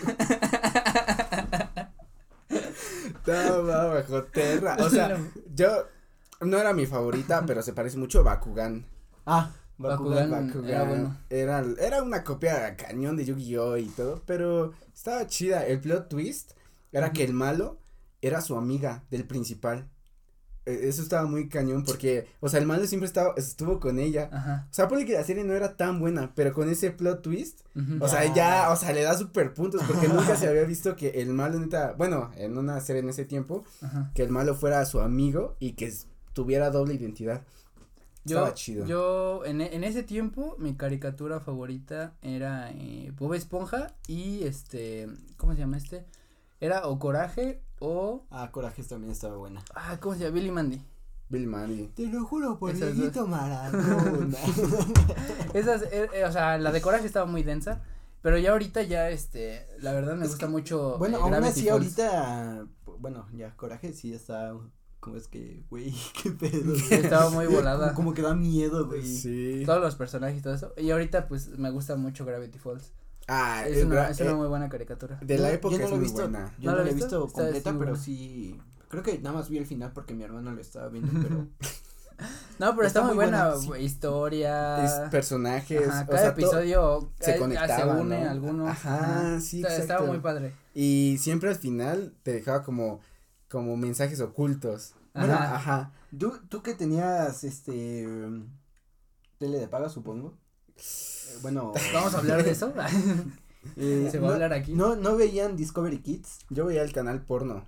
No, Bajo Terra, o sea, yo, no era mi favorita, pero se parece mucho a Bakugan. Bakugan era bueno. Era una copia cañón de Yu-Gi-Oh y todo, pero estaba chida. El plot twist era que el malo era su amiga del principal. Eso estaba muy cañón porque, o sea, el malo siempre estuvo con ella. Ajá. O sea, porque que la serie no era tan buena, pero con ese plot twist, o sea, o sea, le da super puntos porque nunca se había visto que el malo neta, bueno, en una serie en ese tiempo, que el malo fuera su amigo y que tuviera doble identidad. Estaba chido. Yo, en ese tiempo, mi caricatura favorita era, Bob Esponja y ¿cómo se llama Era o Coraje o. Coraje también estaba buena. ¿Cómo se llama? Billy Mandy. Te lo juro por Dieguito Maradona. Esas, o sea, la de Coraje estaba muy densa, pero ya ahorita ya, la verdad me gusta mucho. Bueno, aún así ahorita, bueno, ya Coraje sí está, como es que, güey, qué pedo. Estaba muy volada. Como que da miedo, güey. Sí. Todos los personajes y todo eso, y ahorita pues me gusta mucho Gravity Falls. Es una muy buena caricatura. De la época yo no es muy buena. Yo no la he visto completa, pero sí, creo que nada más vi el final porque mi hermano lo estaba viendo, pero. No, pero está muy buena, sí. Historia. Personajes. Cada episodio se conectaba, se une ¿no? alguno. Sí, exacto. Estaba muy padre. Y siempre al final te dejaba como mensajes ocultos. Ajá. ¿Tú que tenías, tele de paga, supongo? Bueno. ¿Vamos a hablar de eso? ¿Se va a hablar aquí? ¿No veían Discovery Kids? Yo veía el canal porno.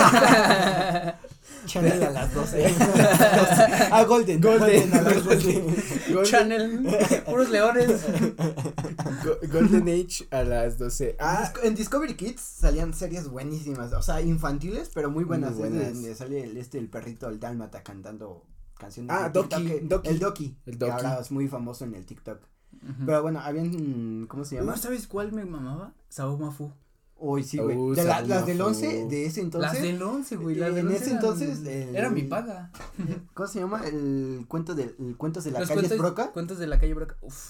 Channel a las 12. Golden a las 12. Channel, puros leones. Golden Age a las 12. En Discovery Kids salían series buenísimas, o sea, infantiles, pero muy buenas. Muy buenas. Donde sale el perrito, el dálmata, cantando canciones. Doki. El Doki. Que ahora es muy famoso en el TikTok. Pero bueno, habían, ¿cómo se llama? ¿Sabes cuál me mamaba? Sabumafu. Uy, sí, güey. Las del 11, de ese entonces. Las del 11, güey. En ese entonces. Era mi paga. ¿Cómo se llama? Cuentos de la Los calle Broca. Cuentos de la calle Broca. Uf.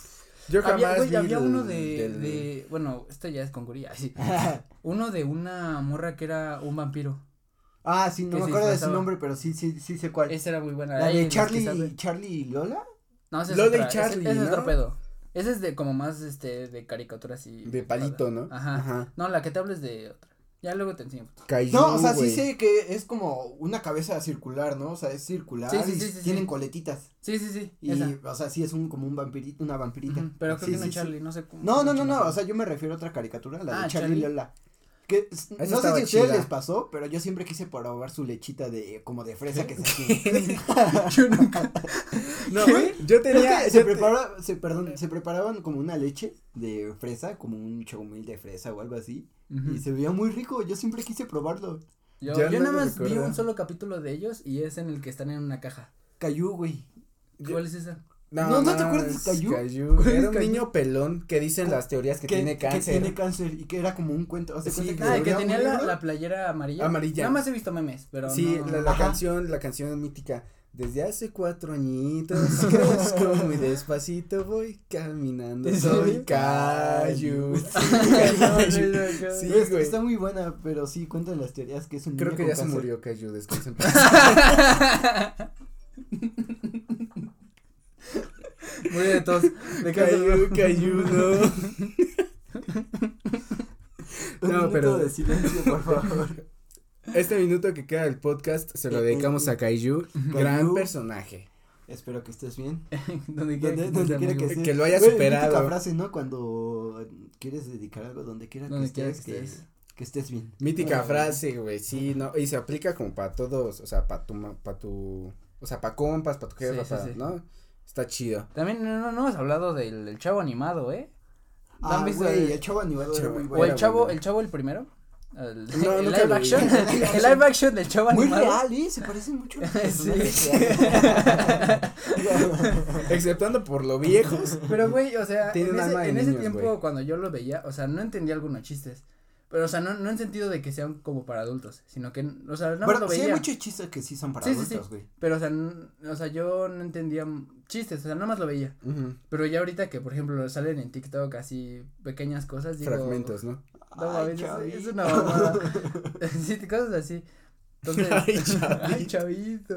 Yo jamás había uno de, bueno, esto ya es con Guría, sí. Uno de una morra que era un vampiro. Ah, sí, no me acuerdo de su nombre, pero sí sé cuál. Esa era muy buena. ¿La de Charlie y Lola? No, ese es Lola y Charlie, ese ¿no? es otro pedo. Ese es de como más, de caricaturas y. De palito, ¿no? Ajá. No, la que te hables de otra. Ya luego te enseño. Kaiju, no, o sea, sí sé que es como una cabeza circular, ¿no? O sea, es circular y tienen coletitas. Sí. Y, o sea, sí es como un vampirito, una vampirita. Pero creo que no es Charlie, no sé cómo. No, o sea, yo me refiero a otra caricatura, la de Charlie y Lola. Que no sé si a ustedes les pasó, pero yo siempre quise probar su lechita como de fresa que se hacía. Yo nunca. No, yo tenía. Se preparaban como una leche de fresa, como un chocomil de fresa o algo así. Y se veía muy rico, yo siempre quise probarlo. Yo nada más vi un solo capítulo de ellos y es en el que están en una caja. Kaiju, güey. ¿Cuál es esa? No te acuerdas de Kaiju. Era un niño pelón que dicen las teorías que tiene cáncer. Que tiene cáncer y que era como un cuento. Que tenía la playera amarilla. Nada más he visto memes, pero sí, no. la canción mítica. Desde hace 4 añitos crezco muy despacito, voy caminando, soy Kaiju. Sí, güey. Está muy buena, pero sí, cuentan las teorías que es un niño creo que ya se murió Kaiju, descansa en paz. Muy de tos. Kaiju, no. No, pero de silencio, por favor. Este minuto que queda del podcast se lo dedicamos a Kaiju, gran personaje. Espero que estés bien. Donde quiera que estés. Que lo hayas superado. Mítica frase, ¿no? Cuando quieres dedicar algo, donde quiera que estés bien. Mítica frase, güey, sí, no, y se aplica como para todos, o sea, para compas, para tu jefa, ¿no? Está chido. También no hemos hablado del Chavo animado, ¿Han visto el Chavo animado? Era muy bueno. O el Chavo el primero. El live action. El live action del Chavo animado. Muy real, se parecen mucho. Sí. Exceptuando por lo viejos. Pero güey, o sea, en ese tiempo güey. cuando yo lo veía, o sea, no entendía algunos chistes. Pero, o sea, no en sentido de que sean como para adultos, sino que, o sea, no lo veía. Sí hay muchos chistes que sí son para adultos, güey. Pero, o sea, yo no entendía chistes, o sea, nada más lo veía. Pero ya ahorita que, por ejemplo, salen en TikTok así pequeñas cosas, digo. Fragmentos, ¿no? No mames, es una mamada. Sí, cosas así. Entonces, ay, chavito.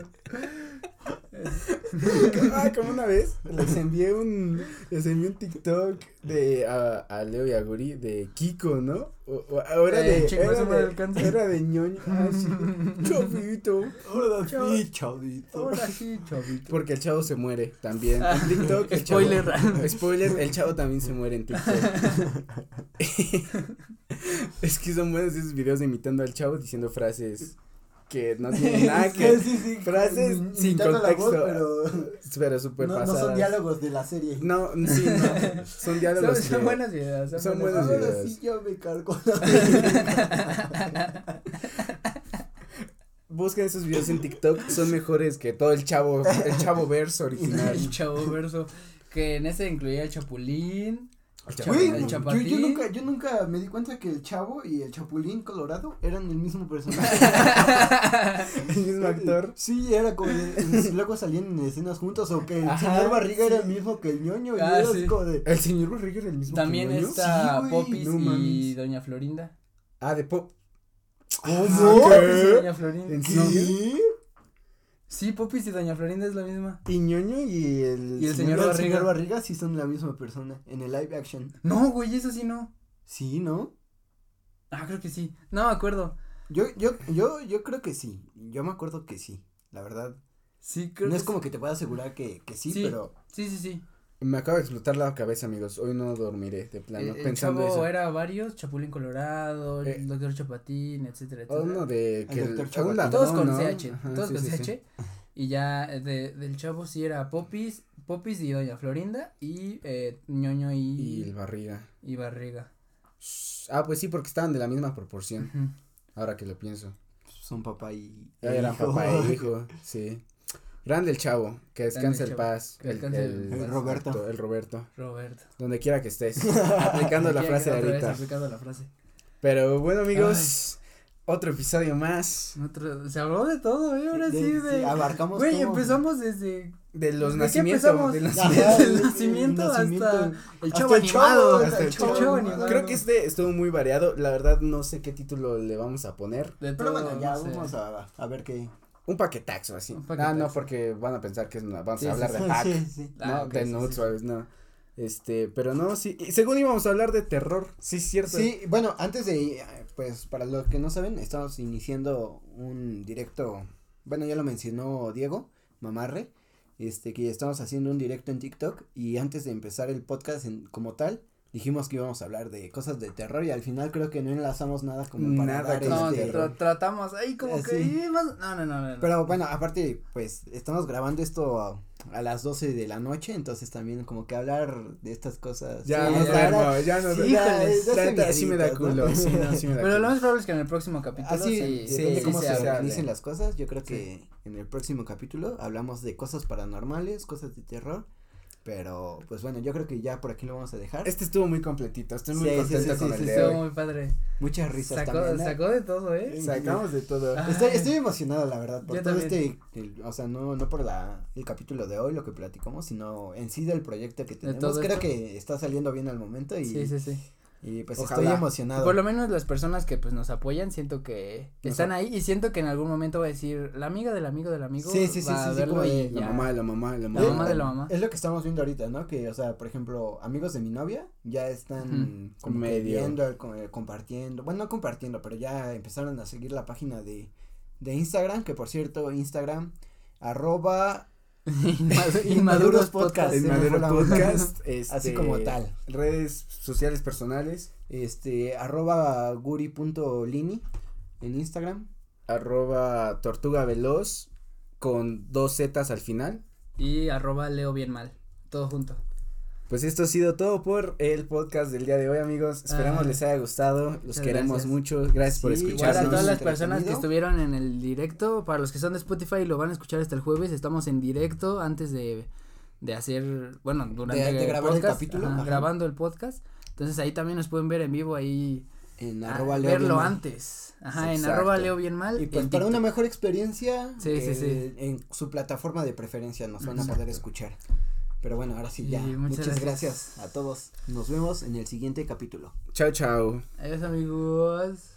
Como una vez les envié un TikTok a Leo y a Guri de Kiko, ¿no? O era de ñoño. Ah, sí. Chavito. Ahora sí, chavito. Porque el chavo se muere también. En TikTok, spoiler, el chavo también se muere en TikTok. Es que son buenos esos videos de imitando al chavo diciendo frases que no tienen nada que frases sin contexto, pero súper pasadas. No son diálogos de la serie. No, son diálogos. Son buenas ideas. Son buenas ideas. Ahora sí yo me cargo. Busquen esos videos en TikTok, son mejores que todo el chavo verso original. El chavo verso, que en ese incluía el Chapulín. El Chapatín. Yo nunca me di cuenta que el Chavo y el Chapulín Colorado eran el mismo personaje. El mismo actor. Sí, era como luego salían en escenas juntos, o que el señor Barriga era el mismo que el ñoño. Y como de. El señor Barriga era el mismo también que el ñoño. También está Popis y Doña Florinda. De Pop. ¿Cómo? Popis y Doña Florinda. ¿En serio? Sí, Popis y Doña Florinda es la misma. Y ñoño y el señor Barriga. El señor Barriga sí son la misma persona en el live action. No, güey, eso sí no. Sí, ¿no? Creo que sí. No me acuerdo. Yo creo que sí. Yo me acuerdo que sí, la verdad. Sí, creo no que es como que te pueda asegurar que sí, pero. Sí. Me acaba de explotar la cabeza, amigos. Hoy no dormiré de plano. El Chavo era varios, Chapulín Colorado, el Doctor Chapatín, etcétera. Uno de que el Doctor Chapatín. Todos con CH. Todos con CH. Y ya del Chavo sí era Popis y Doña Florinda y ñoño y el Barriga. Y Barriga. Pues sí, porque estaban de la misma proporción. Ahora que lo pienso. Son papá y eran papá e hijo, sí. Grande el Chavo, que descanse en paz. El Roberto. El Roberto. Donde quiera que estés. Aplicando la frase de ahorita. Pero bueno, amigos. Otro episodio más. Se habló de todo, ahora sí. Abarcamos todo. Güey, empezamos desde De los ¿De nacimientos. Del Del nacimiento hasta el hasta chavo el animado. hasta el chavo animado. Creo que estuvo muy variado. La verdad no sé qué título le vamos a poner. De Pero todo, bueno, ya no sé. vamos a ver qué. Un paquetaxo así. Un paquetaxo. No, porque van a pensar que vamos Sí, a hablar sí, de sí. pack. Sí. No, Ok, de sí, nudes, sí. ¿sabes? No. Pero no, sí. Y según íbamos a hablar de terror. Sí, es cierto. Sí, bueno, antes de, pues, para los que no saben, estamos iniciando un directo, bueno, ya lo mencionó Diego Mamarre, que estamos haciendo un directo en TikTok, y antes de empezar el podcast como tal, dijimos que íbamos a hablar de cosas de terror, y al final creo que no enlazamos nada como para Nada dar con No, terror. tratamos ahí como que. Sí. No. Pero bueno, aparte, pues, estamos grabando esto a las 12 de la noche, entonces también como que hablar de estas cosas. Ya Sí, no ya. duermo, ya no Sí, duermo. híjoles. La neta, sí me da mieditos, culo. ¿no? Sí, no, sí me da Pero culo. lo más probable es que en el próximo capítulo Así, sí, depende sí, cómo se se hable. organicen las cosas, yo creo que en el próximo capítulo hablamos de cosas paranormales, cosas de terror, pero pues bueno, yo creo que ya por aquí lo vamos a dejar. Estuvo muy completito, estoy muy Sí, sí, contento sí, con sí, el sí, de estuvo hoy. muy padre. Muchas risas también, ¿eh? Sacó de todo, Sacamos de todo. Ah. Estoy emocionado, la verdad, por Yo todo también. o sea, no por el capítulo de hoy, lo que platicamos, sino en sí del proyecto que tenemos. todo Creo esto. que está saliendo bien al momento Sí. y pues Ojalá. estoy Y emocionado. por lo menos las personas que pues nos apoyan, siento que están ahí y siento que en algún momento va a decir la amiga del amigo del amigo. Sí, va a sí, verlo como y La ya. mamá. La mamá de la mamá. Es lo que estamos viendo ahorita, ¿no? Que, o sea, por ejemplo, amigos de mi novia ya están como que Medio. viendo, compartiendo, bueno, no compartiendo, pero ya empezaron a seguir la página de Instagram, que por cierto, Instagram, Inmaduros Podcast. El se me Madero fue la onda. Podcast. Así como tal. Redes sociales personales. @guri.lini en Instagram. @tortuga veloz con 2 Z's al final. Y @Leo bien mal. Todo junto. Pues esto ha sido todo por el podcast del día de hoy, amigos. Esperamos les haya gustado. Los muchas queremos gracias. mucho. Gracias por Sí, Igual a escucharnos. todas las entretenido. personas que estuvieron en el directo, para los que son de Spotify lo van a escuchar hasta el jueves, estamos en directo antes de hacer, bueno, durante De grabar el capítulo, ajá. grabando el podcast, entonces ahí también nos pueden ver en vivo ahí, En verlo Leo Bien Mal. antes, en Exacto. @Leo bien mal. Y pues en para una TikTok. mejor experiencia, Sí. en su plataforma de preferencia nos van a Exacto. poder escuchar. Pero bueno, ahora sí ya. Y muchas Muchas gracias. gracias a todos. Nos vemos en el siguiente capítulo. Chao, chao. Adiós amigos.